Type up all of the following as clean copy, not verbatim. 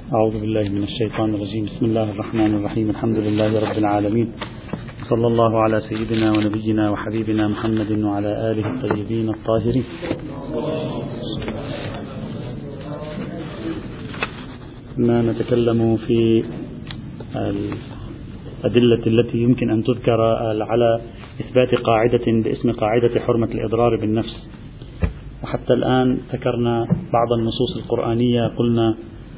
أعوذ بالله من الشيطان الرجيم. بسم الله الرحمن الرحيم. الحمد لله رب العالمين، صلى الله على سيدنا ونبينا وحبيبنا محمد وعلى آله الطيبين الطاهرين. كنا نتكلم في الأدلة التي يمكن أن تذكر على إثبات قاعدة باسم قاعدة حرمة الإضرار بالنفس، وحتى الآن ذكرنا بعض النصوص القرآنية. قلنا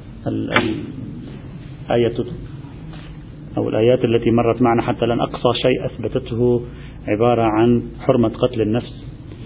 الآية أو الآيات التي مرت معنا حتى الآن أقصى شيء أثبتته عبارة عن حرمة قتل النفس،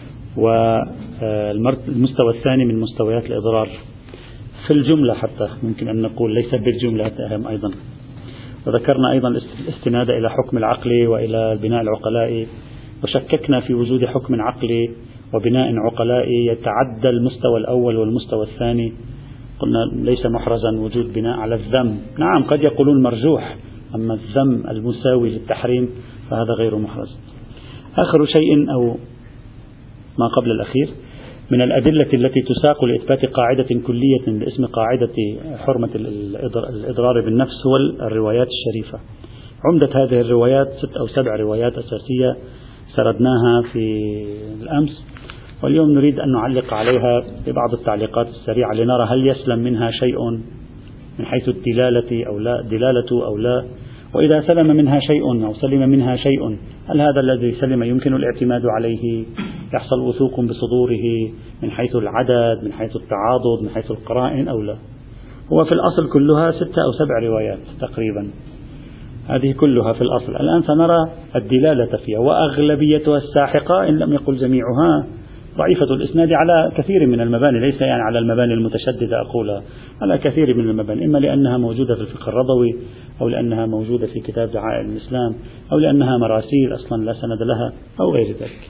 والمستوى الثاني من مستويات الإضرار في الجملة، حتى ممكن أن نقول ليس بالجملة أهم أيضا. وذكرنا أيضا الاستناد إلى حكم العقل وإلى البناء العقلائي، وشككنا في وجود حكم عقلي وبناء عقلائي يتعدى المستوى الأول والمستوى الثاني. قلنا ليس محرزا وجود بناء على الذم، نعم قد يقولون مرجوح، أما الذم المساوي للتحريم فهذا غير محرز. آخر شيء أو ما قبل الأخير من الأدلة التي تساق لإثبات قاعدة كلية باسم قاعدة حرمة الإضرار بالنفس هو الروايات الشريفة. عمدة هذه الروايات 6 أو 7 روايات أساسية سردناها في الأمس، واليوم نريد أن نعلق عليها ببعض التعليقات السريعة لنرى هل يسلم منها شيء من حيث الدلالة أو لا، وإذا سلم منها شيء أو سلم منها شيء هل هذا الذي سلم يمكن الاعتماد عليه، يحصل وثوق بصدوره من حيث العدد، من حيث التعاضد، من حيث القرائن أو لا. هو في الأصل كلها 6 أو 7 روايات تقريبا، هذه كلها في الأصل. الآن سنرى الدلالة فيها، وأغلبيتها الساحقة إن لم يقل جميعها ضعيفة الإسناد على كثير من المباني، ليس يعني على المباني المتشددة أقولها، على كثير من المباني، إما لأنها موجودة في الفقه الرضوي، أو لأنها موجودة في كتاب دعائم الإسلام، أو لأنها مراسيل أصلا لا سند لها، أو غير ذلك.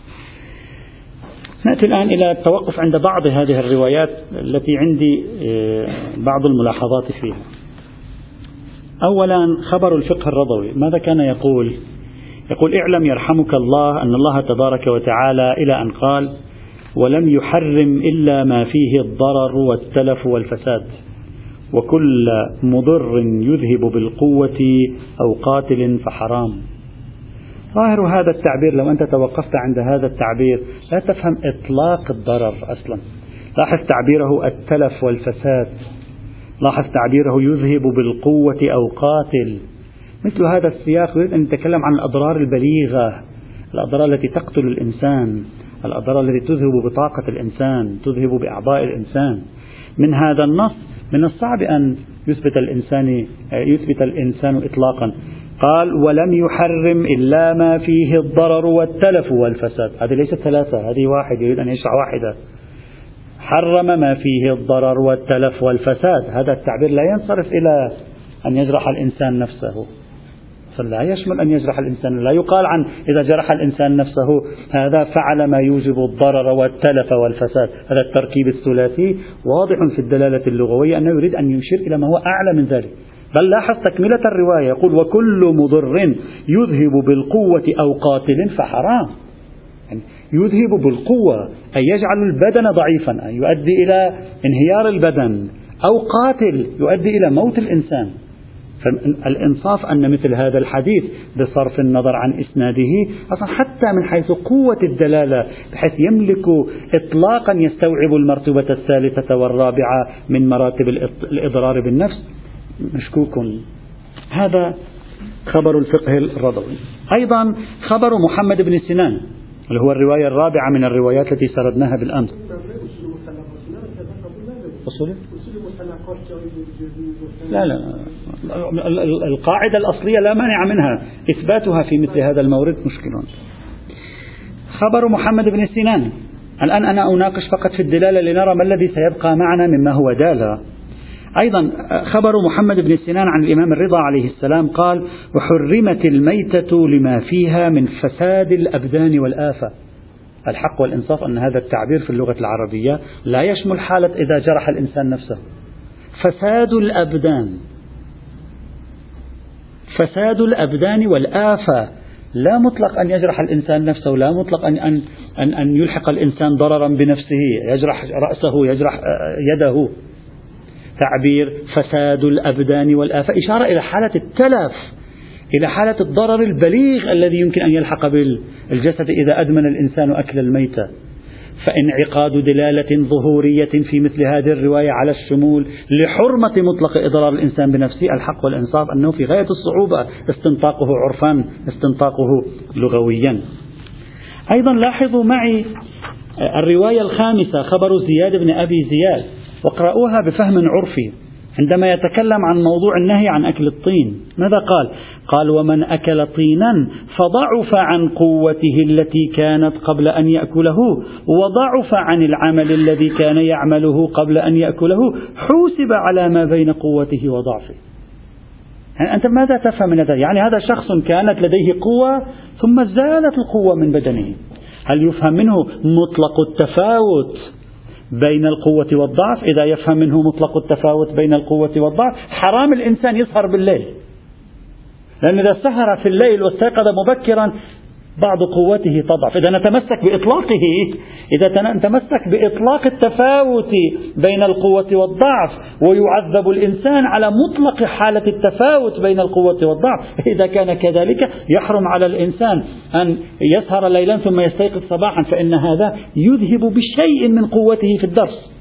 نأتي الآن إلى التوقف عند بعض هذه الروايات التي عندي بعض الملاحظات فيها. أولا خبر الفقه الرضوي ماذا كان يقول؟ يقول: اعلم يرحمك الله أن الله تبارك وتعالى إلى أن قال: ولم يحرم إلا ما فيه الضرر والتلف والفساد، وكل مضر يذهب بالقوة أو قاتل فحرام. ظاهر هذا التعبير لو أنت توقفت عند هذا التعبير لا تفهم إطلاق الضرر أصلا. لاحظ تعبيره التلف والفساد، لاحظ تعبيره يذهب بالقوة أو قاتل. مثل هذا السياق يريد أن يتكلم عن الأضرار البليغة، الأضرار التي تقتل الإنسان، الأضرار التي تذهب بطاقة الإنسان، تذهب بأعضاء الإنسان. من هذا النص من الصعب أن يثبت الإنسان إطلاقا. قال: ولم يحرم إلا ما فيه الضرر والتلف والفساد. هذه ليست 3، هذه واحد، يريد أن يشرح واحدة. حرم ما فيه الضرر والتلف والفساد. هذا التعبير لا ينصرف إلى أن يجرح الإنسان نفسه، فلا يشمل أن يجرح الإنسان. لا يقال عن إذا جرح الإنسان نفسه هذا فعل ما يوجب الضرر والتلف والفساد. هذا التركيب الثلاثي واضح في الدلالة اللغوية أنه يريد أن يشير إلى ما هو أعلى من ذلك. بل لاحظ تكملة الرواية، يقول: وكل مضر يذهب بالقوة أو قاتل فحرام. يعني يذهب بالقوة أي يجعل البدن ضعيفا، أي يؤدي إلى انهيار البدن، أو قاتل يؤدي إلى موت الإنسان. فالإنصاف أن مثل هذا الحديث بصرف النظر عن إسناده أصلا حتى من حيث قوة الدلالة بحيث يملك إطلاقا يستوعب المرتبة الثالثة والرابعة من مراتب الإضرار بالنفس، مشكوك. هذا خبر الفقه الرضوي. أيضا خبر محمد بن سنان اللي هو الرواية الرابعة من الروايات التي سردناها بالأمس. لا القاعدة الأصلية لا مانع منها، إثباتها في مثل هذا المورد مشكل. خبر محمد بن سنان. الآن أنا أناقش فقط في الدلالة لنرى ما الذي سيبقى معنا مما هو دالة. أيضا خبر محمد بن سنان عن الإمام الرضا عليه السلام قال: وحرمت الميتة لما فيها من فساد الأبدان والآفة. الحق والإنصاف أن هذا التعبير في اللغة العربية لا يشمل حالة إذا جرح الإنسان نفسه. فساد الأبدان والآفة، لا مطلق أن يجرح الإنسان نفسه، لا مطلق أن يلحق الإنسان ضررا بنفسه، يجرح رأسه، يجرح يده. تعبير فساد الأبدان والآفات، إشارة إلى حالة التلف، إلى حالة الضرر البليغ الذي يمكن أن يلحق بالجسد إذا أدمن الإنسان أكل الميتة. فانعقاد دلالة ظهورية في مثل هذه الرواية على الشمول لحرمة مطلق إضرار الإنسان بنفسه الحق والإنصاف أنه في غاية الصعوبة استنطاقه عرفا، استنطاقه لغويا. أيضا لاحظوا معي الرواية الخامسة، خبر زياد بن أبي زياد، واقرأوها بفهم عرفي عندما يتكلم عن موضوع النهي عن أكل الطين. ماذا قال؟ قال: ومن أكل طينا فضعف عن قوته التي كانت قبل أن يأكله، وضعف عن العمل الذي كان يعمله قبل أن يأكله، حوسب على ما بين قوته وضعفه. يعني أنت ماذا تفهم من هذا؟ يعني هذا شخص كانت لديه قوة ثم زالت القوة من بدنه. هل يفهم منه مطلق التفاوت بين القوة والضعف؟ إذا يفهم منه مطلق التفاوت بين القوة والضعف، حرام الإنسان يسهر بالليل، لأن إذا سهر في الليل واستيقظ مبكرا بعض قوته تضعف. إذا نتمسك بإطلاقه، إذا نتمسك بإطلاق التفاوت بين القوة والضعف، ويعذب الإنسان على مطلق حالة التفاوت بين القوة والضعف، إذا كان كذلك يحرم على الإنسان أن يسهر ليلا ثم يستيقظ صباحا، فإن هذا يذهب بشيء من قوته في الدرس.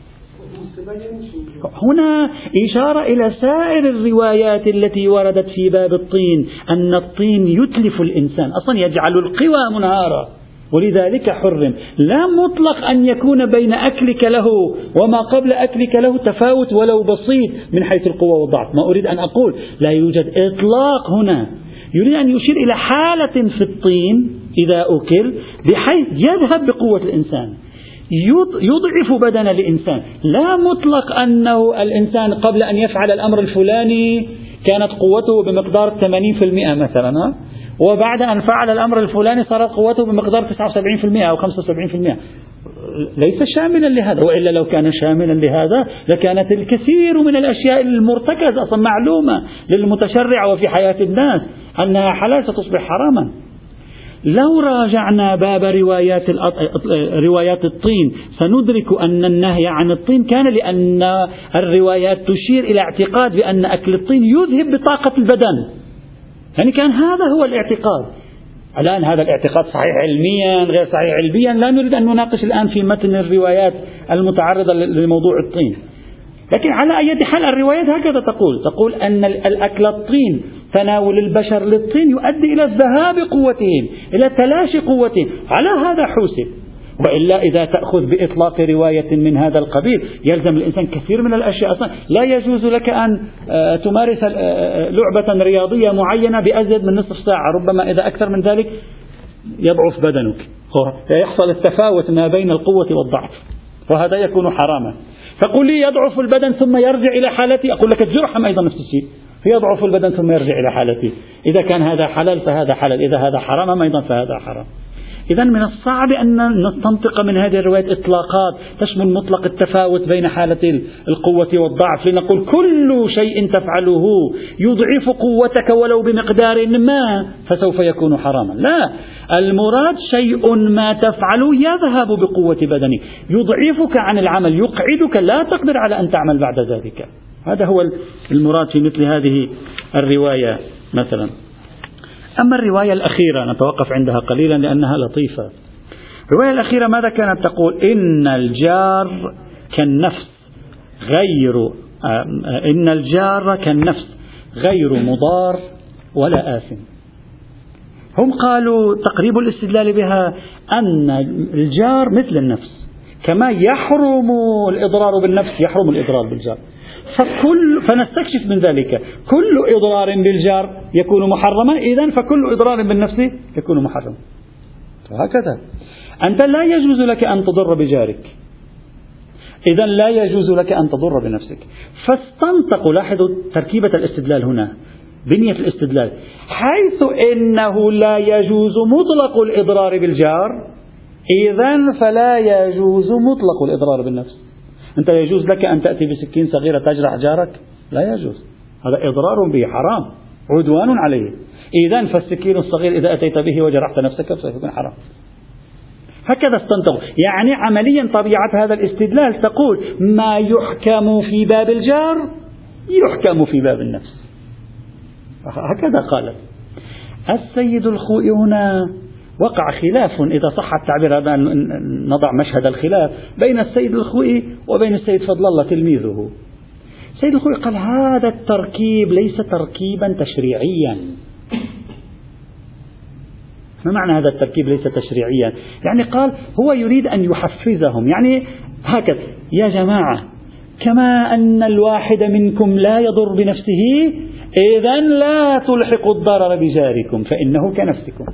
هنا إشارة إلى سائر الروايات التي وردت في باب الطين، أن الطين يتلف الإنسان، أصلا يجعل القوى منهارة، ولذلك حرم. لا مطلق أن يكون بين أكلك له وما قبل أكلك له تفاوت ولو بسيط من حيث القوة والضعف. ما أريد أن أقول لا يوجد إطلاق هنا، يريد أن يشير إلى حالة في الطين إذا أكل بحيث يذهب بقوة الإنسان، يضعف بدن الإنسان. لا مطلق أنه الإنسان قبل أن يفعل الأمر الفلاني كانت قوته بمقدار 80% مثلا، وبعد أن فعل الأمر الفلاني صارت قوته بمقدار 79% أو 75%. ليس شاملا لهذا، وإلا لو كان شاملا لهذا لكانت الكثير من الأشياء المرتكزة أصلا معلومة للمتشرع وفي حياة الناس أنها حلال ستصبح حراما. لو راجعنا باب روايات الطين سندرك أن النهي عن الطين كان لأن الروايات تشير إلى اعتقاد بأن أكل الطين يذهب بطاقة البدن، يعني كان هذا هو الاعتقاد. الآن هذا الاعتقاد صحيح علميا غير صحيح علميا، لا نريد أن نناقش الآن في متن الروايات المتعرضة لموضوع الطين، لكن على أي حال الروايات هكذا تقول أن الأكل الطين، تناول البشر للطين يؤدي إلى ذهاب قوتهم، إلى تلاشي قوتهم، على هذا حوسب. وإلا إذا تأخذ بإطلاق رواية من هذا القبيل يلزم الإنسان كثير من الأشياء. أصلا لا يجوز لك أن تمارس لعبة رياضية معينة بأزيد من نصف ساعة، ربما إذا أكثر من ذلك يضعف بدنك، يحصل التفاوت ما بين القوة والضعف، وهذا يكون حراما. فقل لي يضعف البدن ثم يرجع إلى حالتي، أقول لك الجرحم أيضا نفس الشيء، يضعف البدن ثم يرجع إلى حالتي. إذا كان هذا حلال فهذا حلال، إذا هذا حرام أيضا فهذا حرام. إذن من الصعب أن نستنطق من هذه الروايات إطلاقات تشمل مطلق التفاوت بين حالة القوة والضعف، لنقول كل شيء تفعله يضعف قوتك ولو بمقدار ما فسوف يكون حراما. لا، المراد شيء ما تفعله يذهب بقوة بدنك، يضعفك عن العمل، يقعدك، لا تقدر على أن تعمل بعد ذلك. هذا هو المراد في مثل هذه الرواية مثلا. أما الرواية الأخيرة نتوقف عندها قليلا لأنها لطيفة. الرواية الأخيرة ماذا كانت تقول؟ إن الجار كالنفس غير مضار ولا آثم. هم قالوا تقريب الاستدلال بها أن الجار مثل النفس، كما يحرم الإضرار بالنفس يحرم الإضرار بالجار، فنستكشف من ذلك كل إضرار بالجار يكون محرما، إذن فكل إضرار بالنفس يكون محرما. وهكذا أنت لا يجوز لك أن تضر بجارك، إذن لا يجوز لك أن تضر بنفسك. فاستنطقوا، لاحظوا تركيبة الاستدلال هنا، بنية الاستدلال، حيث إنه لا يجوز مطلق الإضرار بالجار، إذن فلا يجوز مطلق الإضرار بالنفس. أنت يجوز لك أن تأتي بسكين صغيرة تجرح جارك؟ لا يجوز، هذا إضرار به، حرام، عدوان عليه. إذن فالسكين الصغير إذا أتيت به وجرحت نفسك فسيكون حرام. هكذا استنتقوا. يعني عمليا طبيعة هذا الاستدلال تقول ما يحكم في باب الجار يحكم في باب النفس. هكذا قال السيد الخوئي. هنا وقع خلاف، إذا صح التعبير هذا نضع مشهد الخلاف بين السيد الخوئي وبين السيد فضل الله تلميذه. السيد الخوئي قال هذا التركيب ليس تركيبا تشريعيا. ما معنى هذا التركيب ليس تشريعيا؟ يعني قال هو يريد أن يحفزهم، يعني هكذا يا جماعة كما أن الواحد منكم لا يضر بنفسه إذن لا تلحقوا الضرر بجاركم فإنه كنفسكم.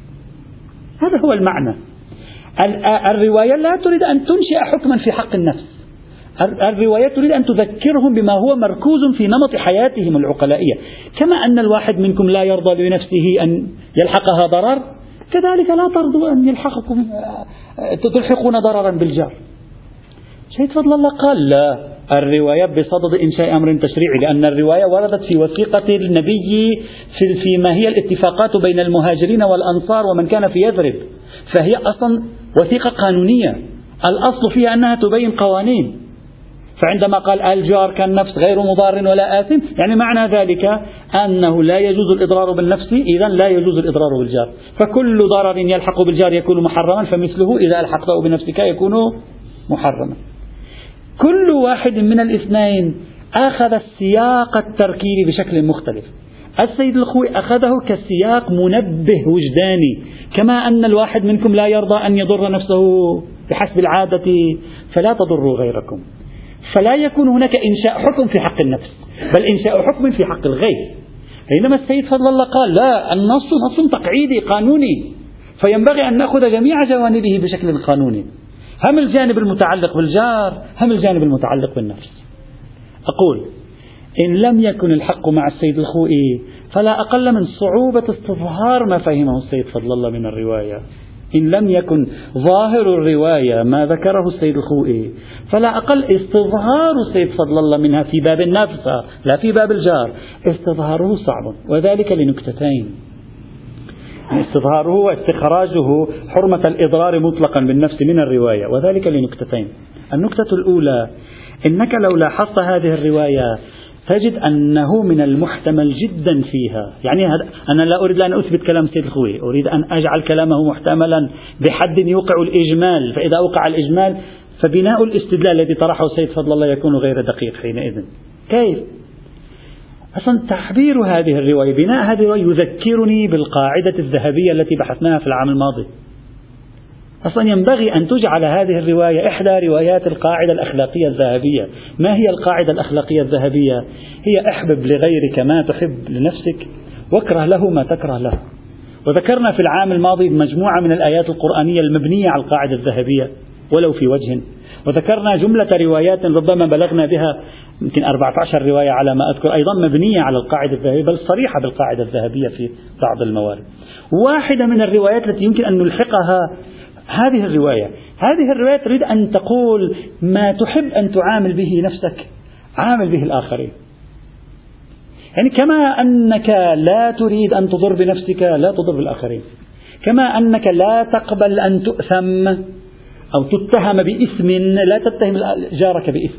هذا هو المعنى. الرواية لا تريد أن تنشئ حكما في حق النفس، الرواية تريد أن تذكرهم بما هو مركوز في نمط حياتهم العقلائية. كما أن الواحد منكم لا يرضى لنفسه أن يلحقها ضرر كذلك لا ترضوا أن تلحقون ضررا بالجار. سيد فضل الله قال لا، الرواية بصدد إنشاء أمر تشريعي، لأن الرواية وردت في وثيقة النبي فيما هي الاتفاقات بين المهاجرين والأنصار ومن كان في يثرب، فهي أصلا وثيقة قانونية الأصل فيها أنها تبين قوانين. فعندما قال الجار كالنفس غير مضار ولا آثم، يعني معنى ذلك أنه لا يجوز الإضرار بالنفس، إذن لا يجوز الإضرار بالجار، فكل ضرر يلحق بالجار يكون محرما، فمثله إذا ألحقته بنفسك يكون محرما. كل واحد من الاثنين أخذ السياق التركيبي بشكل مختلف. السيد الخوئي أخذه كسياق منبه وجداني، كما أن الواحد منكم لا يرضى أن يضر نفسه بحسب العادة فلا تضروا غيركم، فلا يكون هناك إنشاء حكم في حق النفس بل إنشاء حكم في حق الغير. بينما السيد فضل الله قال لا، النص نص تقعيدي قانوني، فينبغي أن نأخذ جميع جوانبه بشكل قانوني، هم الجانب المتعلق بالجار هم الجانب المتعلق بالنفس. أقول إن لم يكن الحق مع السيد الخوئي فلا أقل من صعوبة استظهار ما فهمه السيد فضل الله من الرواية. إن لم يكن ظاهر الرواية ما ذكره السيد الخوئي فلا أقل استظهار السيد فضل الله منها في باب النفس لا في باب الجار استظهاره صعب، وذلك لنكتتين. استظهاره واستخراجه حرمة الإضرار مطلقا بالنفس من الرواية، وذلك لنكتتين. النكتة الأولى، إنك لو لاحظت هذه الرواية تجد أنه من المحتمل جدا فيها، يعني أنا لا أريد أن أثبت كلام السيد الخوئي، أريد أن أجعل كلامه محتملا بحد يوقع الإجمال، فإذا وقع الإجمال فبناء الاستدلال الذي طرحه السيد فضل الله يكون غير دقيق حينئذ. كيف؟ أصلا تعبير هذه الرواية، بناء هذه الرواية يذكرني بالقاعدة الذهبية التي بحثناها في العام الماضي. أصلا ينبغي أن تجعل هذه الرواية إحدى روايات القاعدة الأخلاقية الذهبية. ما هي القاعدة الأخلاقية الذهبية؟ هي احبب لغيرك ما تحب لنفسك واكره له ما تكره له. وذكرنا في العام الماضي مجموعة من الآيات القرآنية المبنية على القاعدة الذهبية ولو في وجه، وذكرنا جملة روايات ربما بلغنا بها يمكن 14 رواية على ما أذكر أيضا مبنية على القاعدة الذهبية بل صريحة بالقاعدة الذهبية في بعض الموارد. واحدة من الروايات التي يمكن أن نلحقها هذه الرواية تريد أن تقول ما تحب أن تعامل به نفسك عامل به الآخرين. يعني كما أنك لا تريد أن تضر بنفسك لا تضر بالآخرين، كما أنك لا تقبل أن تؤثم أو تتهم بإثم لا تتهم جارك بإثم.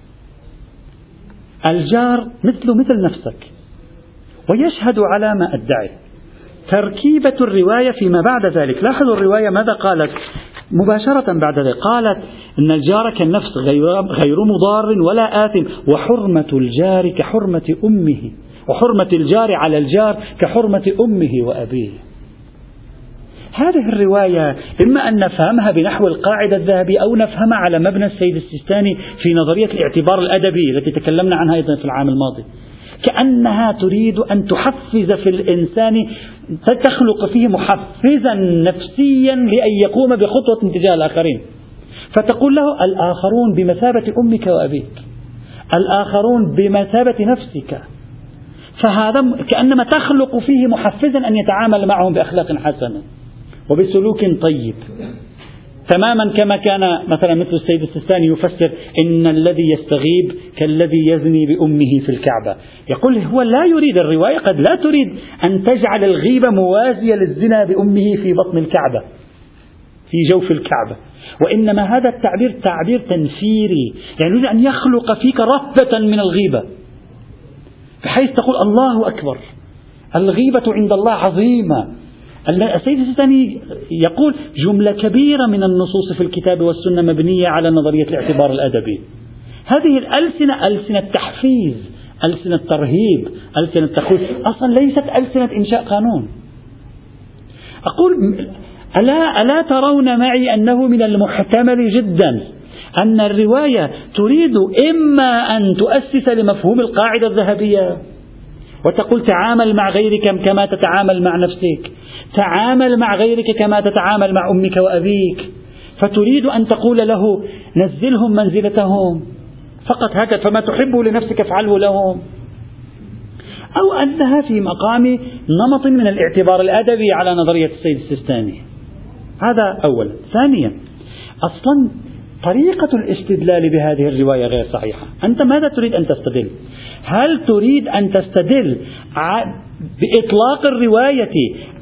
الجار مثل نفسك ويشهد على ما أدعي. تركيبة الرواية فيما بعد ذلك، لاحظوا الرواية ماذا قالت مباشرة بعد ذلك؟ قالت إن الجار كالنفس غير مضار ولا آثم، وحرمة الجار كحرمة أمه، وحرمة الجار على الجار كحرمة أمه وأبيه. هذه الرواية إما أن نفهمها بنحو القاعدة الذهبية أو نفهمها على مبنى السيد السيستاني في نظرية الاعتبار الأدبي التي تكلمنا عنها أيضا في العام الماضي، كأنها تريد أن تحفز في الإنسان، تخلق فيه محفزا نفسيا لأن يقوم بخطوة تجاه الآخرين، فتقول له الآخرون بمثابة أمك وأبيك، الآخرون بمثابة نفسك، فهذا كأنما تخلق فيه محفزا أن يتعامل معهم بأخلاق حسنة وبسلوك طيب، تماما كما كان مثلا مثل السيد السيستاني يفسر إن الذي يستغيب كالذي يزني بأمه في الكعبة. يقول هو لا يريد، الرواية قد لا تريد أن تجعل الغيبة موازية للزنا بأمه في بطن الكعبة، في جوف الكعبة، وإنما هذا التعبير تعبير تنفيري، يعني يريد أن يخلق فيك رهبة من الغيبة، بحيث تقول الله أكبر، الغيبة عند الله عظيمة. السيد السيستاني يقول جملة كبيرة من النصوص في الكتاب والسنة مبنية على نظرية الاعتبار الأدبي. هذه الألسنة ألسنة تحفيز، ألسنة ترهيب، ألسنة تخويف، أصلا ليست ألسنة إنشاء قانون. أقول ألا ترون معي أنه من المحتمل جدا أن الرواية تريد إما أن تؤسس لمفهوم القاعدة الذهبية وتقول تعامل مع غيرك كما تتعامل مع نفسك، تعامل مع غيرك كما تتعامل مع أمك وأبيك، فتريد أن تقول له نزلهم منزلتهم فقط هكذا، فما تحبه لنفسك افعله لهم، أو أنها في مقام نمط من الاعتبار الأدبي على نظرية السيد السيستاني. هذا أولا. ثانيا، أصلا طريقة الاستدلال بهذه الرواية غير صحيحة. أنت ماذا تريد أن تستدل؟ هل تريد أن تستدل بإطلاق الرواية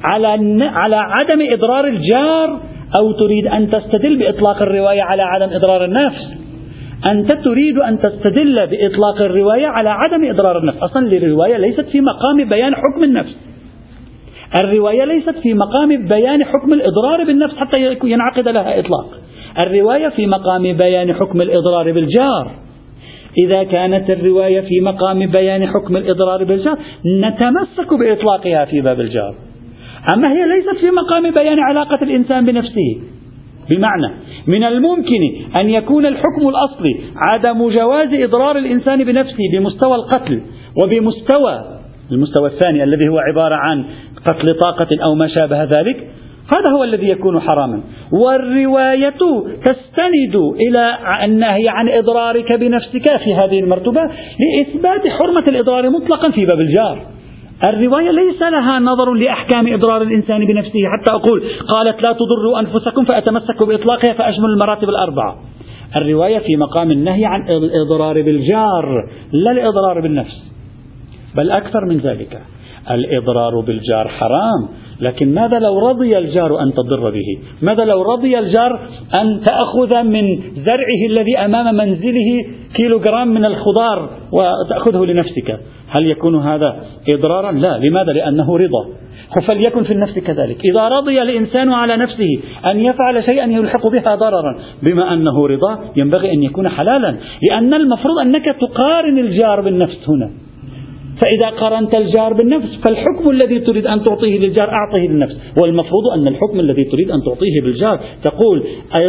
على عدم إضرار الجار، أو تريد أن تستدل بإطلاق الرواية على عدم إضرار النفس؟ أنت تريد أن تستدل بإطلاق الرواية على عدم إضرار النفس. أصلا الرواية ليست في مقام بيان حكم النفس، الرواية ليست في مقام بيان حكم الإضرار بالنفس حتى ينعقد لها إطلاق. الرواية في مقام بيان حكم الإضرار بالجار. إذا كانت الرواية في مقام بيان حكم الإضرار بالجار نتمسك بإطلاقها في باب الجار. أما هي ليست في مقام بيان علاقة الإنسان بنفسه، بمعنى من الممكن أن يكون الحكم الأصلي عدم جواز إضرار الإنسان بنفسه بمستوى القتل، وبمستوى المستوى الثاني الذي هو عبارة عن قتل طاقة أو ما شابه ذلك، هذا هو الذي يكون حراما. والرواية تستند إلى النهي عن إضرارك بنفسك في هذه المرتبة لإثبات حرمة الإضرار مطلقا في باب الجار. الرواية ليس لها نظر لأحكام إضرار الإنسان بنفسه حتى أقول قالت لا تضروا أنفسكم فأتمسك بإطلاقها فأشمل المراتب الأربعة. الرواية في مقام النهي عن الإضرار بالجار لا الإضرار بالنفس، بل أكثر من ذلك. الإضرار بالجار حرام، لكن ماذا لو رضي الجار أن تضر به؟ ماذا لو رضي الجار أن تأخذ من زرعه الذي أمام منزله كيلوغرام من الخضار وتأخذه لنفسك؟ هل يكون هذا إضرارا؟ لا. لماذا؟ لأنه رضا. فليكن في النفس كذلك. إذا رضي الإنسان على نفسه أن يفعل شيئا يلحق بها ضررا بما أنه رضا ينبغي أن يكون حلالا، لأن المفروض أنك تقارن الجار بالنفس هنا. فإذا قارنت الجار بالنفس فالحكم الذي تريد أن تعطيه للجار أعطيه للنفس، والمفروض أن الحكم الذي تريد أن تعطيه بالجار تقول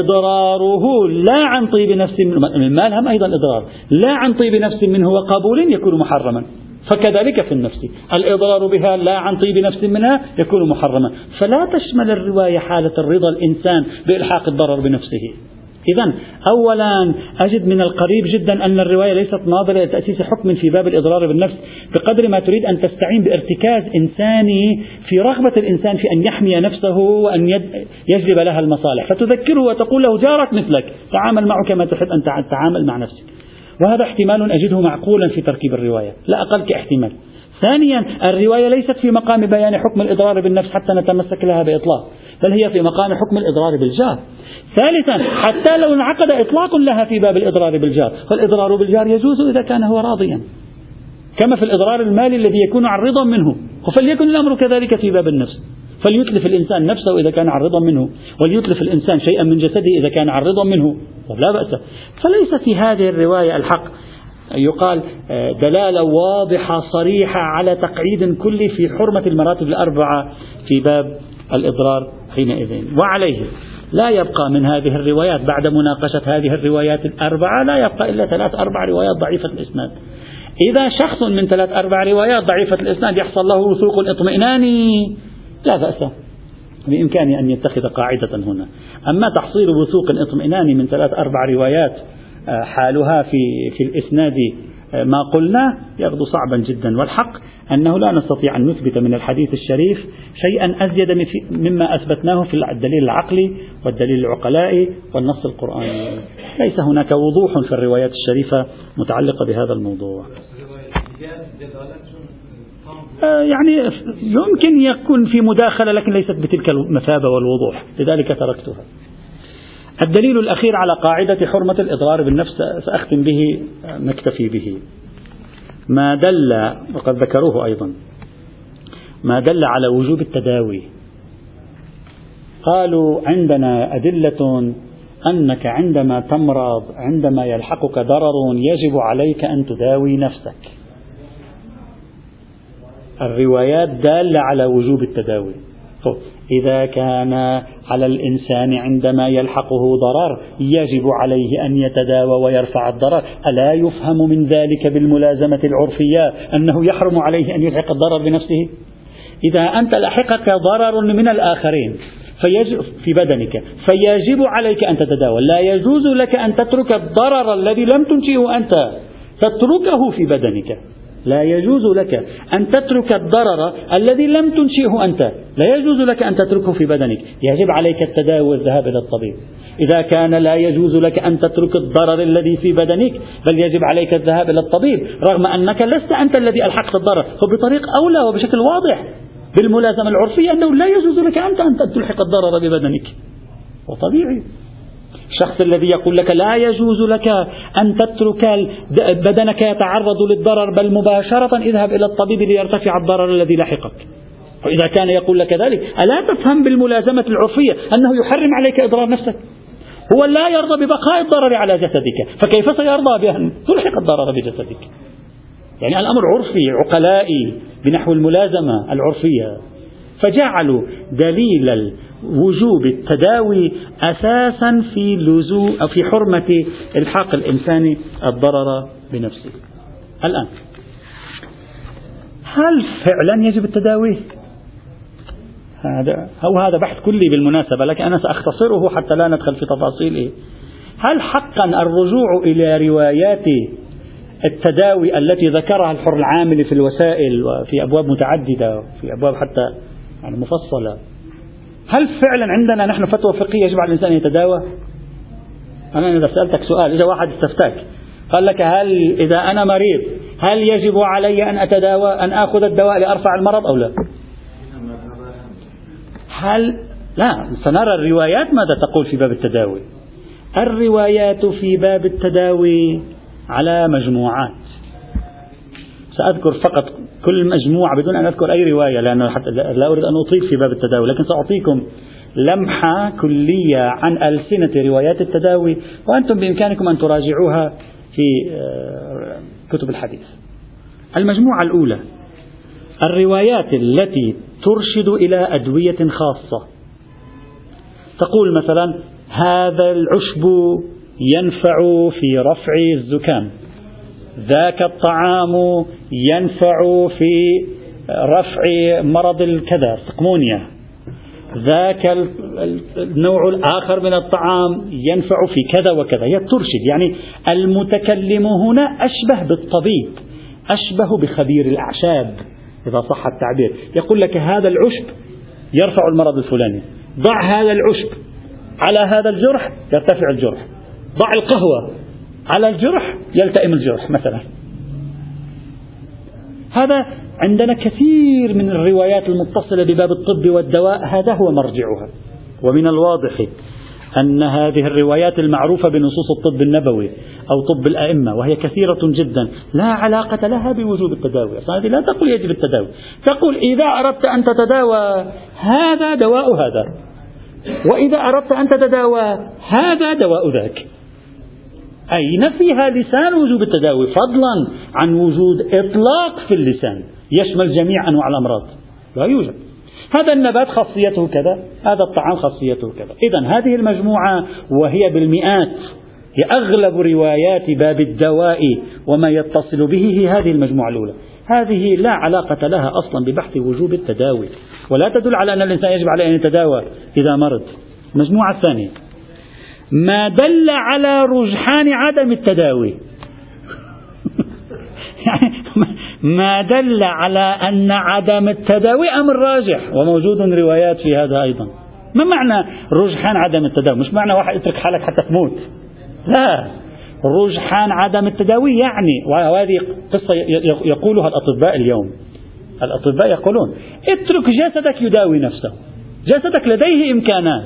إضراره لا عن طيب نفس منه، المال هم أيضا إضرار، لا عن طيب نفس منه وقبول يكون محرما. فكذلك في النفس الإضرار بها لا عن طيب نفس منها يكون محرما. فلا تشمل الرواية حالة الرضا الإنسان بإلحاق الضرر بنفسه. إذن أولا أجد من القريب جدا أن الرواية ليست ناظرة لتأسيس حكم في باب الإضرار بالنفس بقدر ما تريد أن تستعين بارتكاز إنساني في رغبة الإنسان في أن يحمي نفسه وأن يجلب لها المصالح، فتذكره وتقول له جارك مثلك تعامل معه كما تحب أن تتعامل مع نفسك. وهذا احتمال أجده معقولا في تركيب الرواية، لا أقل كاحتمال. ثانيا الرواية ليست في مقام بيان حكم الإضرار بالنفس حتى نتمسك لها بإطلاق، بل هي في مقام حكم الإضرار بالجار. ثالثا حتى لو انعقد إطلاق لها في باب الإضرار بالجار، فالإضرار بالجار يجوز إذا كان هو راضيا، كما في الإضرار المالي الذي يكون عن رضا منه، فليكن الأمر كذلك في باب النفس. فليتلف الإنسان نفسه إذا كان عن رضا منه، وليتلف الإنسان شيئا من جسده إذا كان عن رضا منه، لا بأس. فليس في هذه الرواية الحق يقال دلالة واضحة صريحة على تقعيد كلي في حرمة المراتب الأربعة في باب الإضرار حينئذ. وعليه لا يبقى من هذه الروايات بعد مناقشة هذه الروايات الأربعة لا يبقى إلا 3-4 روايات ضعيفة الإسناد. إذا شخص من 3-4 روايات ضعيفة الإسناد يحصل له وثوق اطمئناني لا بأس، بإمكانه أن يتخذ قاعدة هنا. أما تحصيل وثوق اطمئناني من 3-4 روايات حالها في الإسناد ما قلنا يبدو صعبا جدا، والحق أنه لا نستطيع أن نثبت من الحديث الشريف شيئا أزيد مما أثبتناه في الدليل العقلي والدليل العقلائي والنص القرآني. ليس هناك وضوح في الروايات الشريفة متعلقة بهذا الموضوع. يعني يمكن يكون في مداخلة لكن ليست بتلك المثابة والوضوح، لذلك تركتها. الدليل الأخير على قاعدة حرمة الإضرار بالنفس سأختم به، نكتفي به، ما دل، وقد ذكروه أيضا، ما دل على وجوب التداوي. قالوا عندنا أدلة أنك عندما تمرض، عندما يلحقك ضرر، يجب عليك أن تداوي نفسك. الروايات دالة على وجوب التداوي. إذا كان على الإنسان عندما يلحقه ضرر يجب عليه أن يتداوى ويرفع الضرر، ألا يفهم من ذلك بالملازمة العرفية أنه يحرم عليه أن يلحق الضرر بنفسه؟ إذا أنت لحقك ضرر من الآخرين في بدنك فيجب عليك أن تتداوى، لا يجوز لك أن تترك الضرر الذي لم تنشئه أنت تتركه في بدنك. لا يجوز لك أن تترك الضرر الذي لم تنشئه أنت، لا يجوز لك أن تتركه في بدنك، يجب عليك التداوي والذهاب إلى الطبيب. إذا كان لا يجوز لك أن تترك الضرر الذي في بدنك بل يجب عليك الذهاب إلى الطبيب، رغم أنك لست أنت الذي ألحقت الضرر، فبطريق أولى وبشكل واضح بالملازمة العرفية أنه لا يجوز لك أنت أن تلحق الضرر ببدنك. وطبيعي الشخص الذي يقول لك لا يجوز لك أن تترك بدنك يتعرض للضرر بل مباشرة اذهب إلى الطبيب ليرتفع الضرر الذي لحقك، وإذا كان يقول لك ذلك ألا تفهم بالملازمة العرفية أنه يحرم عليك إضرار نفسك؟ هو لا يرضى ببقاء الضرر على جسدك، فكيف سيرضى بأن تلحق الضرر بجسدك؟ يعني الأمر عرفي عقلائي بنحو الملازمة العرفية، فجعلوا دليل وجوب التداوي أساسا في لزوم أو في حرمة إلحاق الإنسان الضرر بنفسه. الآن هل فعلا يجب التداوي؟ هذا بحث كلي بالمناسبة، لكن أنا سأختصره حتى لا ندخل في تفاصيله. هل حقا الرجوع إلى روايات التداوي التي ذكرها الحر العامل في الوسائل وفي أبواب متعددة في أبواب حتى يعني مفصلة، هل فعلا عندنا نحن فتوى فقهية يجب على الإنسان يتداوى؟ أنا إذا سألتك سؤال، إذا واحد استفتاك قال لك هل إذا أنا مريض هل يجب علي أن أتداوى، أن أخذ الدواء لأرفع المرض أو لا؟ لا، سنرى الروايات ماذا تقول في باب التداوي. الروايات في باب التداوي على مجموعات، سأذكر فقط كل مجموعة بدون أن أذكر أي رواية لأنه حتى لا أريد أن أطيل في باب التداوي، لكن سأعطيكم لمحة كلية عن ألسنة روايات التداوي، وأنتم بإمكانكم أن تراجعوها في كتب الحديث. المجموعة الأولى الروايات التي ترشد إلى أدوية خاصة، تقول مثلا هذا العشب ينفع في رفع الزكام، ذاك الطعام ينفع في رفع مرض الكذا سقمونيا، ذاك النوع الآخر من الطعام ينفع في كذا وكذا. هي ترشد، يعني المتكلم هنا أشبه بالطبيب، أشبه بخبير الأعشاب إذا صح التعبير. يقول لك هذا العشب يرفع المرض الفلاني، ضع هذا العشب على هذا الجرح يرتفع الجرح، ضع القهوة على الجرح يلتئم الجرح مثلا. هذا عندنا كثير من الروايات المتصلة بباب الطب والدواء، هذا هو مرجعها. ومن الواضح أن هذه الروايات المعروفة بنصوص الطب النبوي أو طب الأئمة وهي كثيرة جدا لا علاقة لها بوجوب التداوي. هذه لا تقول يجب التداوي، تقول إذا أردت أن تتداوى هذا دواء هذا، وإذا أردت أن تتداوى هذا دواء ذاك. أين فيها لسان وجوب التداوي فضلا عن وجود إطلاق في اللسان يشمل جميع أنواع الأمراض؟ لا يوجد. هذا النبات خاصيته كذا، هذا الطعام خاصيته كذا. إذن هذه المجموعة وهي بالمئات هي أغلب روايات باب الدواء وما يتصل به هي هذه المجموعة الأولى. هذه لا علاقة لها أصلا ببحث وجوب التداوي، ولا تدل على أن الإنسان يجب عليه أن يتداوى إذا مرض. المجموعة الثانية ما دل على رجحان عدم التداوي يعني ما دل على أن عدم التداوي أمر راجح، وموجود روايات في هذا أيضا. ما معنى رجحان عدم التداوي؟ مش معنى واحد اترك حالك حتى تموت، لا، رجحان عدم التداوي يعني، وهذه قصة يقولها الأطباء اليوم، الأطباء يقولون اترك جسدك يداوي نفسه، جسدك لديه إمكانات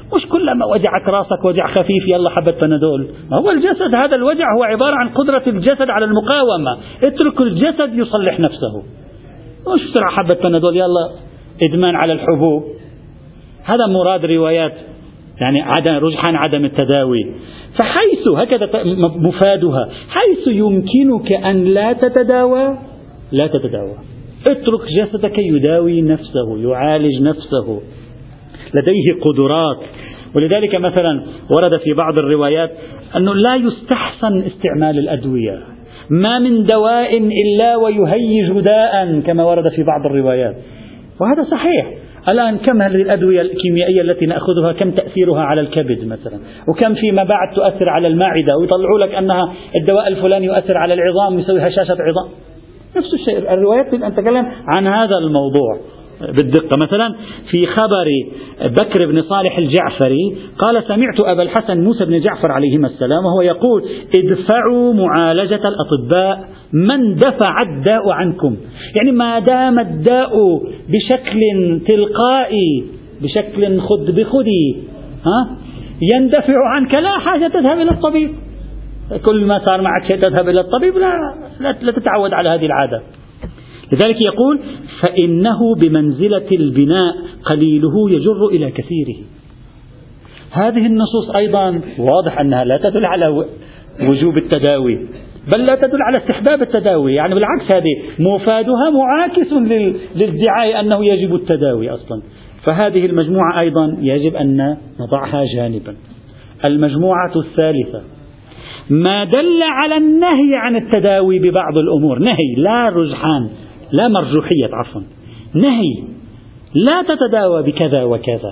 مش كلما وجعك راسك وجع خفيف يلا حبة بنادول. ما هو الجسد هذا الوجع هو عبارة عن قدرة الجسد على المقاومة. اترك الجسد يصلح نفسه، مش بسرعة حبة بنادول يلا إدمان على الحبوب. هذا مراد روايات يعني رجحان عدم التداوي. فحيث هكذا مفادها، حيث يمكنك أن لا تتداوى لا تتداوى. اترك جسدك يداوي نفسه، يعالج نفسه، لديه قدرات. ولذلك مثلا ورد في بعض الروايات أنه لا يستحسن استعمال الأدوية، ما من دواء إلا ويهيج داء كما ورد في بعض الروايات، وهذا صحيح. الآن كم هذه الأدوية الكيميائية التي نأخذها كم تأثيرها على الكبد مثلا، وكم فيما بعد تؤثر على المعدة، ويطلعوا لك أنها الدواء الفلاني يؤثر على العظام ويسوي هشاشة عظام. نفس الشيء الروايات أن تتكلم عن هذا الموضوع بالدقة. مثلا في خبر بكر بن صالح الجعفري قال: سمعت أبا الحسن موسى بن جعفر عليهما السلام وهو يقول: ادفعوا معالجة الأطباء من دفع الداء عنكم. يعني ما دام الداء بشكل تلقائي، بشكل خذ بخذي يندفع عنك، لا حاجة تذهب إلى الطبيب. كل ما صار معك شيء تذهب إلى الطبيب، لا تتعود على هذه العادة. لذلك يقول: فإنه بمنزلة البناء قليله يجر إلى كثيره. هذه النصوص أيضا واضح أنها لا تدل على وجوب التداوي، بل لا تدل على استحباب التداوي. يعني بالعكس، هذه مفادها معاكس للادعاء أنه يجب التداوي أصلا. فهذه المجموعة أيضا يجب أن نضعها جانبا. المجموعة الثالثة ما دل على النهي عن التداوي ببعض الأمور، نهي لا رجحان لا مرجوحية، عفوا، نهي لا تتداوى بكذا وكذا،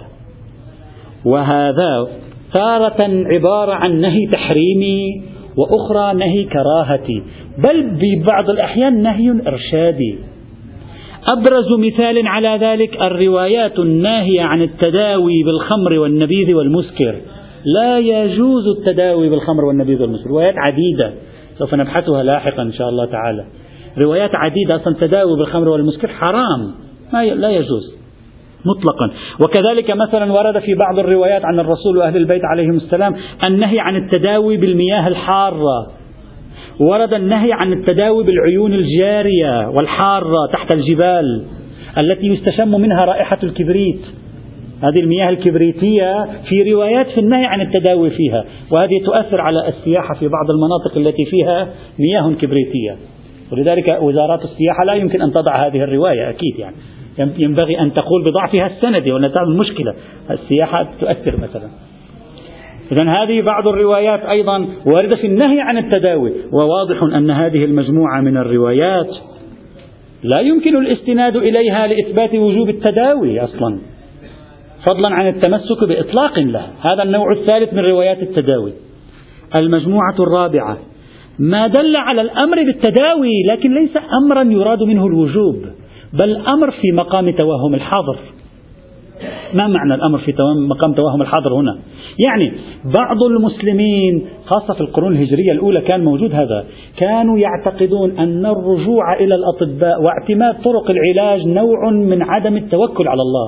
وهذا تارة عبارة عن نهي تحريمي، وأخرى نهي كراهتي، بل ببعض الأحيان نهي إرشادي. أبرز مثال على ذلك الروايات الناهية عن التداوي بالخمر والنبيذ والمسكر. لا يجوز التداوي بالخمر والنبيذ والمسكر، روايات عديدة سوف نبحثها لاحقا إن شاء الله تعالى. روايات عديدة أصلا التداوي بالخمر والمسكر حرام، لا يجوز مطلقا. وكذلك مثلا ورد في بعض الروايات عن الرسول وأهل البيت عليهم السلام النهي عن التداوي بالمياه الحارة، ورد النهي عن التداوي بالعيون الجارية والحارة تحت الجبال التي يستشم منها رائحة الكبريت. هذه المياه الكبريتية في روايات في النهي عن التداوي فيها، وهذه تؤثر على السياحة في بعض المناطق التي فيها مياه كبريتية. ولذلك وزارات السياحة لا يمكن أن تضع هذه الرواية أكيد، يعني ينبغي أن تقول بضعفها السندي ولا تعمل مشكلة، السياحة تؤثر مثلا. إذن هذه بعض الروايات أيضا واردة في النهي عن التداوي، وواضح أن هذه المجموعة من الروايات لا يمكن الاستناد إليها لإثبات وجوب التداوي أصلا، فضلا عن التمسك بإطلاق له. هذا النوع الثالث من روايات التداوي. المجموعة الرابعة ما دل على الأمر بالتداوي لكن ليس أمرا يراد منه الوجوب، بل أمر في مقام توهم الحظر. ما معنى الأمر في مقام توهم الحظر هنا؟ يعني بعض المسلمين خاصة في القرون الهجرية الأولى كان موجود هذا، كانوا يعتقدون أن الرجوع إلى الأطباء واعتماد طرق العلاج نوع من عدم التوكل على الله.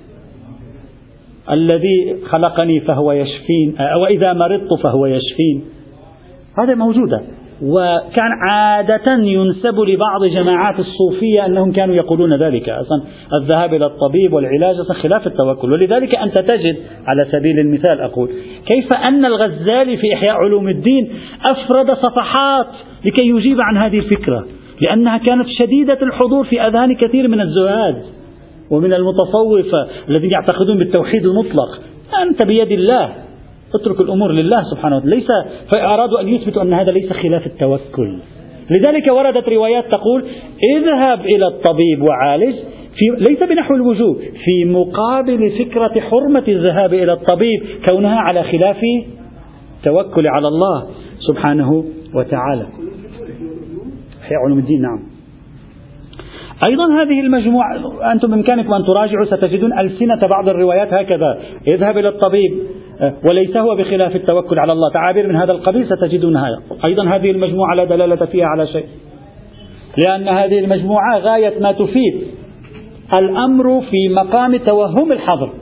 الذي خلقني فهو يشفين، وإذا مرضت فهو يشفين، هذا موجودة. وكان عادة ينسب لبعض جماعات الصوفية أنهم كانوا يقولون ذلك. أصلا الذهاب إلى الطبيب والعلاج أصلا خلاف التوكل. ولذلك أنت تجد على سبيل المثال أقول كيف أن الغزالي في إحياء علوم الدين أفرد صفحات لكي يجيب عن هذه الفكرة، لأنها كانت شديدة الحضور في أذهان كثير من الزهاد ومن المتصوفة الذين يعتقدون بالتوحيد المطلق. أنت بيد الله، اترك الأمور لله سبحانه وتعالى. ليس فأرادوا أن يثبتوا أن هذا ليس خلاف التوكل. لذلك وردت روايات تقول اذهب إلى الطبيب وعالج، ليس بنحو الوجوب، في مقابل فكرة حرمة الذهاب إلى الطبيب كونها على خلاف توكل على الله سبحانه وتعالى. إحياء علوم الدين، نعم. أيضا هذه المجموعة أنتم بإمكانكم أن تراجعوا، ستجدون ألسنة بعض الروايات هكذا: اذهب إلى الطبيب وليس هو بخلاف التوكل على الله، تعابير من هذا القبيل ستجدونها. أيضا هذه المجموعة لا دلالة فيها على شيء، لأن هذه المجموعة غاية ما تفيد الأمر في مقام توهم الحظر،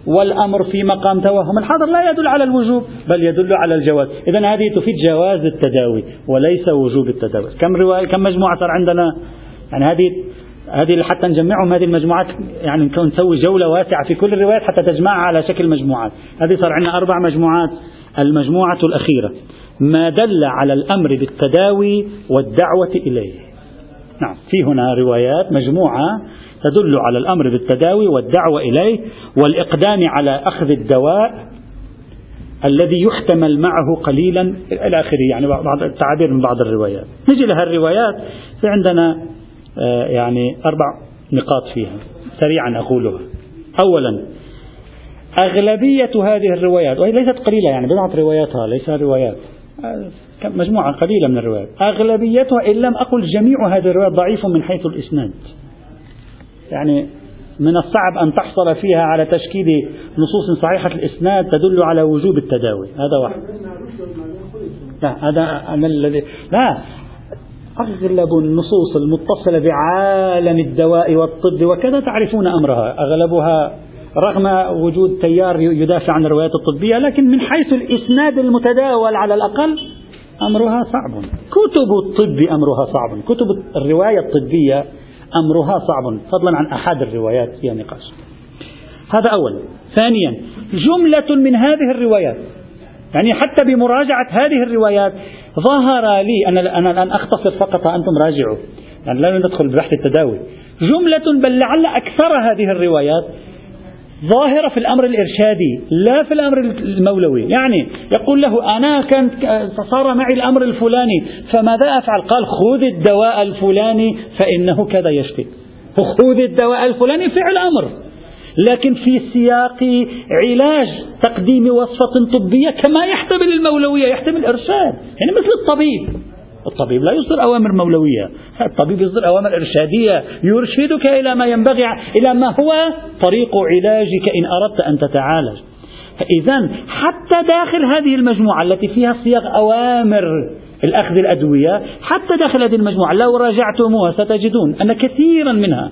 والأمر في مقام توهم الحظر لا يدل على الوجوب بل يدل على الجواز. إذن هذه تفيد جواز التداوي وليس وجوب التداوي. كم مجموعة صار عندنا؟ يعني هذه حتى نجمعهم هذه المجموعات، يعني نسوي جولة واسعة في كل الروايات حتى تجمعها على شكل مجموعات. هذه صار عندنا 4 مجموعات. المجموعة الأخيرة ما دل على الأمر بالتداوي والدعوة إليه. نعم، في هنا روايات مجموعة تدل على الأمر بالتداوي والدعوة إليه والإقدام على أخذ الدواء الذي يحتمل معه قليلا إلى آخره، يعني بعض التعابير من بعض الروايات. نجي لها الروايات، في عندنا يعني 4 نقاط فيها سريعا أقولها. أولا، أغلبية هذه الروايات، وهي ليست قليلة، يعني بضعة رواياتها ليس روايات، مجموعة قليلة من الروايات، أغلبيتها إن لم أقل جميع هذه الروايات ضعيف من حيث الإسناد. يعني من الصعب أن تحصل فيها على تشكيل نصوص صحيحة الإسناد تدل على وجوب التداوي. هذا واحد. لا، أغلب النصوص المتصلة بعالم الدواء والطب وكذا تعرفون أمرها، أغلبها رغم وجود تيار يدافع عن الروايات الطبية، لكن من حيث الإسناد المتداول على الأقل أمرها صعب. كتب الطب أمرها صعب، كتب الرواية الطبية أمرها صعب، فضلا عن أحد الروايات فيها نقاش. هذا أولا. ثانيا، جملة من هذه الروايات، يعني حتى بمراجعة هذه الروايات ظهر لي أنا الآن أختصر فقط، أنتم راجعوا، يعني لا ندخل ببحث التداوي. جملة بل لعل أكثر هذه الروايات ظاهرة في الأمر الإرشادي لا في الأمر المولوي. يعني يقول له أنا صار معي الأمر الفلاني فماذا أفعل؟ قال خذ الدواء الفلاني فإنه كذا يشفي. خذ الدواء الفلاني فعل أمر، لكن في سياق علاج تقديم وصفة طبية كما يحتمل المولوية، يحتمل إرشاد. يعني مثل الطبيب لا يصدر أوامر مولوية، الطبيب يصدر أوامر إرشادية يرشدك إلى ما ينبغي، إلى ما هو طريق علاجك إن أردت أن تتعالج. إذن حتى داخل هذه المجموعة التي فيها صيغ أوامر الأخذ الأدوية، حتى داخل هذه المجموعة لو راجعتموها ستجدون أن كثيرا منها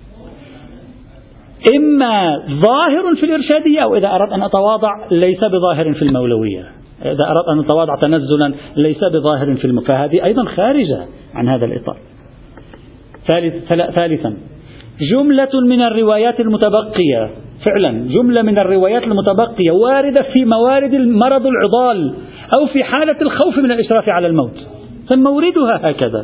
إما ظاهر في الإرشادية، أو إذا أردت أن أتواضع ليس بظاهر في المولوية، إذا أردت أن أتواضع تنزلا ليس بظاهر في فهذه أيضا خارجة عن هذا الإطار. ثالثا، جملة من الروايات المتبقية، فعلا جملة من الروايات المتبقية واردة في موارد المرض العضال أو في حالة الخوف من الإشراف على الموت، فموردها هكذا،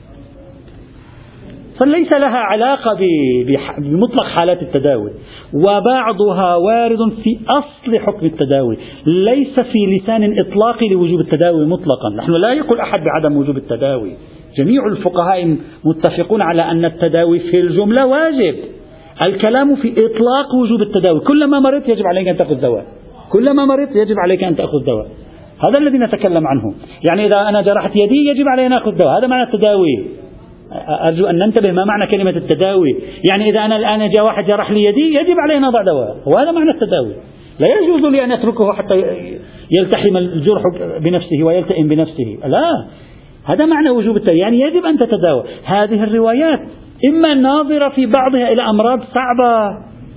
فليس لها علاقة بمطلق حالات التداوي. وبعضها وارد في أصل حكم التداوي، ليس في لسان إطلاقي لوجوب التداوي مطلقا. نحن لا يقول أحد بعدم وجوب التداوي، جميع الفقهاء متفقون على أن التداوي في الجملة واجب. الكلام في إطلاق وجوب التداوي، كلما مرضت يجب عليك أن تأخذ دواء، كلما مرضت يجب عليك أن تأخذ دواء، هذا الذي نتكلم عنه. يعني إذا أنا جرحت يدي يجب علي أن أخذ دواء، هذا معنى التداوي. أرجو أن ننتبه ما معنى كلمة التداوي. يعني إذا أنا الآن جاء واحد جرح لي يدي يجب علي أن أضع دواء، وهذا معنى التداوي. لا يجوز لي أن أتركه حتى يلتحم الجرح بنفسه ويلتئم بنفسه، لا، هذا معنى وجوب التداوي، يعني يجب أن تتداوى. هذه الروايات إما ناظرة في بعضها إلى أمراض صعبة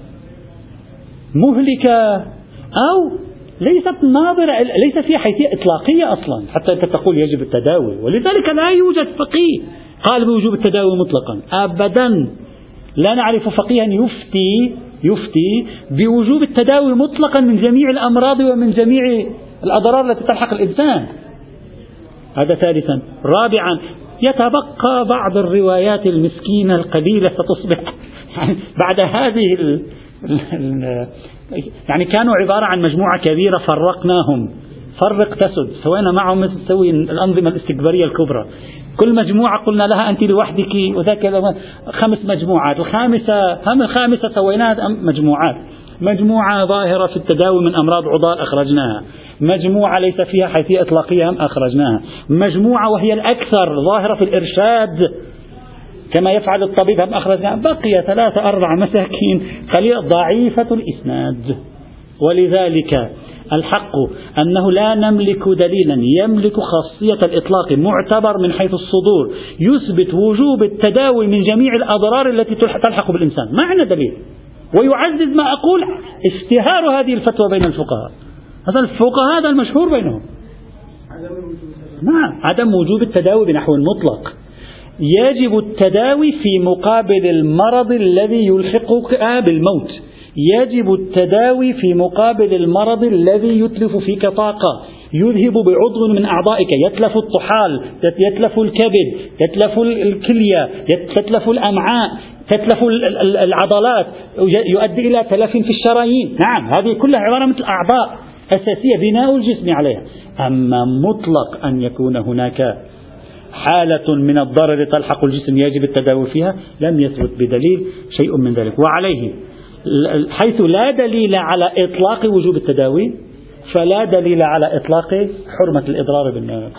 مهلكة، أو ليست ناظرة، ليس فيها حيثية إطلاقية أصلا حتى تقول يجب التداوي. ولذلك لا يوجد فقيه قال بوجوب التداوي مطلقا أبدا. لا نعرف فقيها يفتي بوجوب التداوي مطلقا من جميع الأمراض ومن جميع الأضرار التي تلحق الإنسان. هذا ثالثا. رابعا، يتبقى بعض الروايات المسكينة القليلة ستصبح بعد هذه يعني كانوا عبارة عن مجموعة كبيرة فرقناهم، فرق تسد، سوينا معهم مثل تسوي الأنظمة الاستكبارية الكبرى، كل مجموعة قلنا لها أنت لوحدك وذاك 5 مجموعات، الخامسة سويناها مجموعات. مجموعة ظاهرة في التداوي من أمراض عضال أخرجناها، مجموعة ليس فيها حيثية إطلاقية أخرجناها، مجموعة وهي الأكثر ظاهرة في الإرشاد كما يفعل الطبيب أخرجناها. بقي 3-4 مساكين قليلة ضعيفة الإسناد. ولذلك الحق أنه لا نملك دليلا يملك خاصية الإطلاق معتبر من حيث الصدور يثبت وجوب التداوي من جميع الأضرار التي تلحق بالإنسان. ما عندنا دليل، ويعزز ما أقول اشتهار هذه الفتوى بين الفقهاء. هذا الفقهاء هذا المشهور بينهم. نعم، عدم وجوب التداوي بنحو مطلق. يجب التداوي في مقابل المرض الذي يلحقك بالموت، يجب التداوي في مقابل المرض الذي يتلف فيك طاقة، يذهب بعضو من أعضائك، يتلف الطحال، يتلف الكبد، يتلف الكلية، يتلف الأمعاء، تتلف العضلات، يؤدي إلى تلف في الشرايين. نعم، هذه كلها عبارة مثل أعضاء أساسية بناء الجسم عليها. أما مطلق أن يكون هناك حالة من الضرر تلحق الجسم يجب التداوي فيها، لم يثبت بدليل شيء من ذلك. وعليه حيث لا دليل على إطلاق وجوب التداوي فلا دليل على إطلاق حرمة الإضرار بالنفس.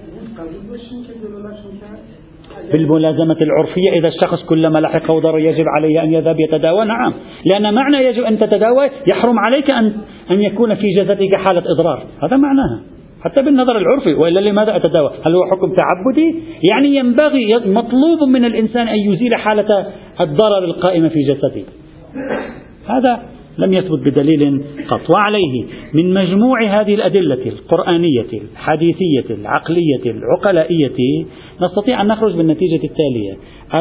بالملازمة العرفية إذا الشخص كلما لحقه ضرر يجب عليه أن يذهب يتداوى، نعم، لأن معنى يجب أن تتداوى يحرم عليك أن يكون في جسدك حالة إضرار، هذا معناها حتى بالنظر العرفي. وإلا لماذا أتداوى؟ هل هو حكم تعبدي؟ يعني ينبغي مطلوب من الإنسان أن يزيل حالة الضرر القائمة في جسده. هذا لم يثبت بدليل قط. وعليه من مجموع هذه الأدلة القرآنية الحديثية العقلية العقلائية نستطيع أن نخرج بالنتيجة التالية: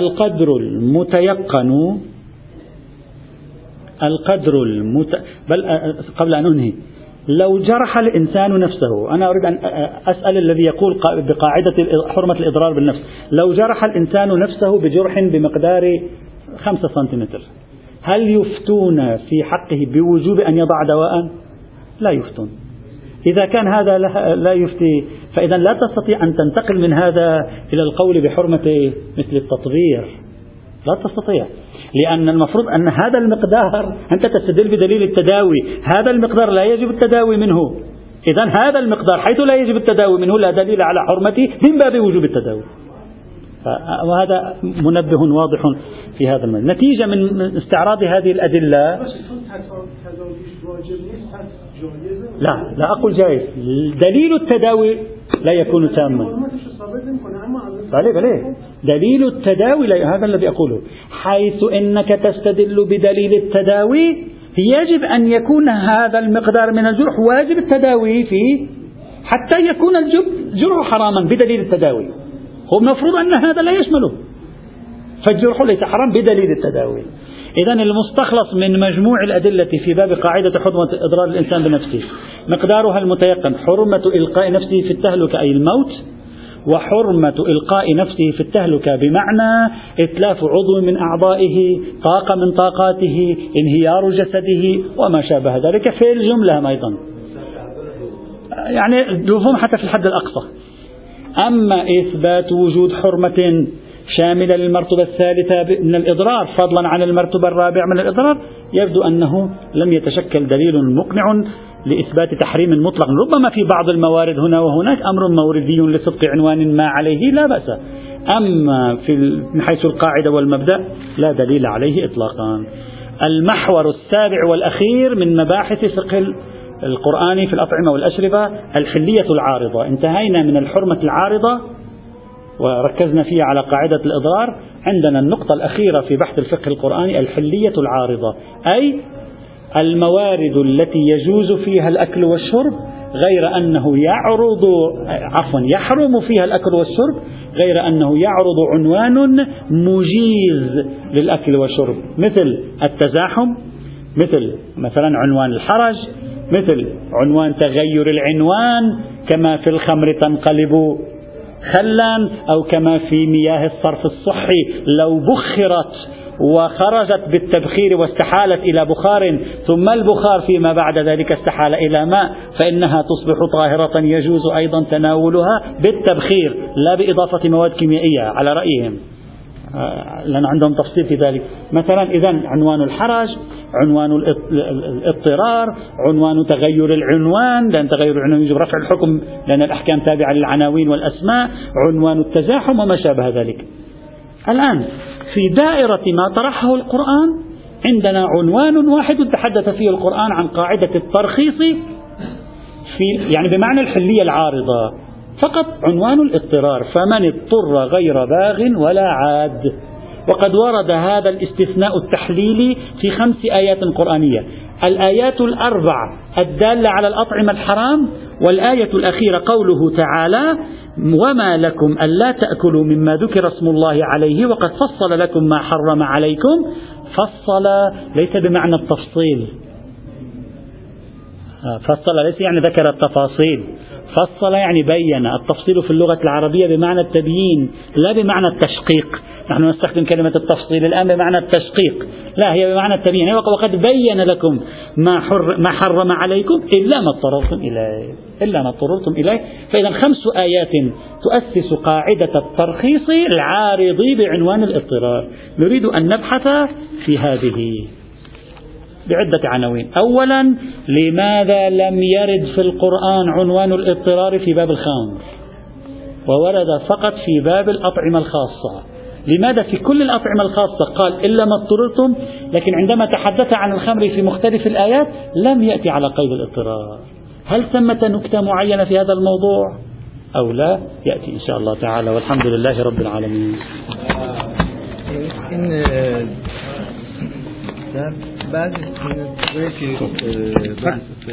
بل قبل أن أنهي، لو جرح الإنسان نفسه، أنا أريد أن أسأل الذي يقول بقاعدة حرمة الإضرار بالنفس، لو جرح الإنسان نفسه بجرح بمقدار 5 سنتيمتر، هل يفتون في حقه بوجوب أن يضع دواء؟ لا يفتون. إذا كان هذا لا يفتي، فإذا لا تستطيع أن تنتقل من هذا إلى القول بحرمة مثل التطبير، لا تستطيع، لأن المفروض أن هذا المقدار أنت تستدل بدليل التداوي، هذا المقدار لا يجب التداوي منه، إذا هذا المقدار حيث لا يجب التداوي منه لا دليل على حرمته من باب وجوب التداوي. وهذا منبه واضح في هذا المجال. نتيجة من استعراض هذه الأدلة، لا أقول جائز، دليل التداوي لا يكون تاما. بلى دليل التداوي هذا الذي أقوله، حيث إنك تستدل بدليل التداوي يجب أن يكون هذا المقدار من الجرح واجب التداوي فيه حتى يكون الجرح حراما بدليل التداوي. هو المفروض أن هذا لا يشمله، فالجرح ليس حرام بدليل التداوي. إذن المستخلص من مجموع الأدلة في باب قاعدة حرمة إضرار الإنسان بنفسه مقدارها المتيقن حرمة إلقاء نفسه في التهلكة أي الموت، وحرمة إلقاء نفسه في التهلكة بمعنى إتلاف عضو من أعضائه، طاقة من طاقاته، انهيار جسده وما شابه ذلك في الجملة أيضا، يعني الجمهور حتى في الحد الأقصى. أما إثبات وجود حرمة شاملة للمرتبة الثالثة من الإضرار فضلا عن المرتبة الرابعة من الإضرار يبدو أنه لم يتشكل دليل مقنع لإثبات تحريم مطلق. ربما في بعض الموارد هنا وهناك أمر موردي لصدق عنوان ما عليه لا بأس، أما من حيث القاعدة والمبدأ لا دليل عليه إطلاقا. المحور السابع والأخير من مباحث فقه القرآن في الأطعمة والأشربة الحلية العارضة. انتهينا من الحرمة العارضة وركزنا فيها على قاعدة الإضرار. عندنا النقطة الأخيرة في بحث الفقه القرآني الحلية العارضة، أي الموارد التي يجوز فيها الأكل والشرب غير أنه يحرم فيها الأكل والشرب غير أنه يعرض عنوان مجيز للأكل والشرب، مثل التزاحم، مثلا عنوان الحرج، مثل عنوان تغير العنوان كما في الخمر تنقلب خلا، أو كما في مياه الصرف الصحي لو بخرت وخرجت بالتبخير واستحالت إلى بخار ثم البخار فيما بعد ذلك استحال إلى ماء فإنها تصبح طاهرة يجوز أيضا تناولها بالتبخير لا بإضافة مواد كيميائية على رأيهم، لأن عندهم تفصيل في ذلك. مثلا إذن عنوان الحرج، عنوان الاضطرار، عنوان تغير العنوان، لأن تغير العنوان يجب رفع الحكم لأن الأحكام تابعة للعناوين والأسماء، عنوان التزاحم وما شابه ذلك. الآن في دائرة ما طرحه القرآن عندنا عنوان واحد تحدث فيه القرآن عن قاعدة الترخيص يعني بمعنى الحلية العارضة، فقط عنوان الاضطرار، فمن اضطر غير باغ ولا عاد. وقد ورد هذا الاستثناء التحليلي في 5 آيات قرآنية: الآيات الأربع الدالة على الأطعمة الحرام، والآية الأخيرة قوله تعالى: وما لكم ألا تأكلوا مما ذكر اسم الله عليه وقد فصل لكم ما حرم عليكم. فصل ليس بمعنى التفصيل، فصل ليس يعني ذكر التفاصيل، فصل يعني بين. التفصيل في اللغة العربية بمعنى التبيين لا بمعنى التشقيق. نحن نستخدم كلمة التفصيل الآن بمعنى التشقيق، لا، هي بمعنى التبيين. وقد بين لكم ما حرم عليكم إلا ما اضطررتم إليه. فإذا 5 آيات تؤسس قاعدة الترخيص العارض بعنوان الاضطرار. نريد أن نبحث في هذه بعدة عناوين. أولا، لماذا لم يرد في القرآن عنوان الاضطرار في باب الخمر، وورد فقط في باب الأطعمة الخاصة؟ لماذا في كل الأطعمة الخاصة قال إلا ما اضطررتم، لكن عندما تحدث عن الخمر في مختلف الآيات لم يأتي على قيد الاضطرار؟ هل ثمة نكتة معينة في هذا الموضوع أو لا؟ يأتي إن شاء الله تعالى، والحمد لله رب العالمين. بعد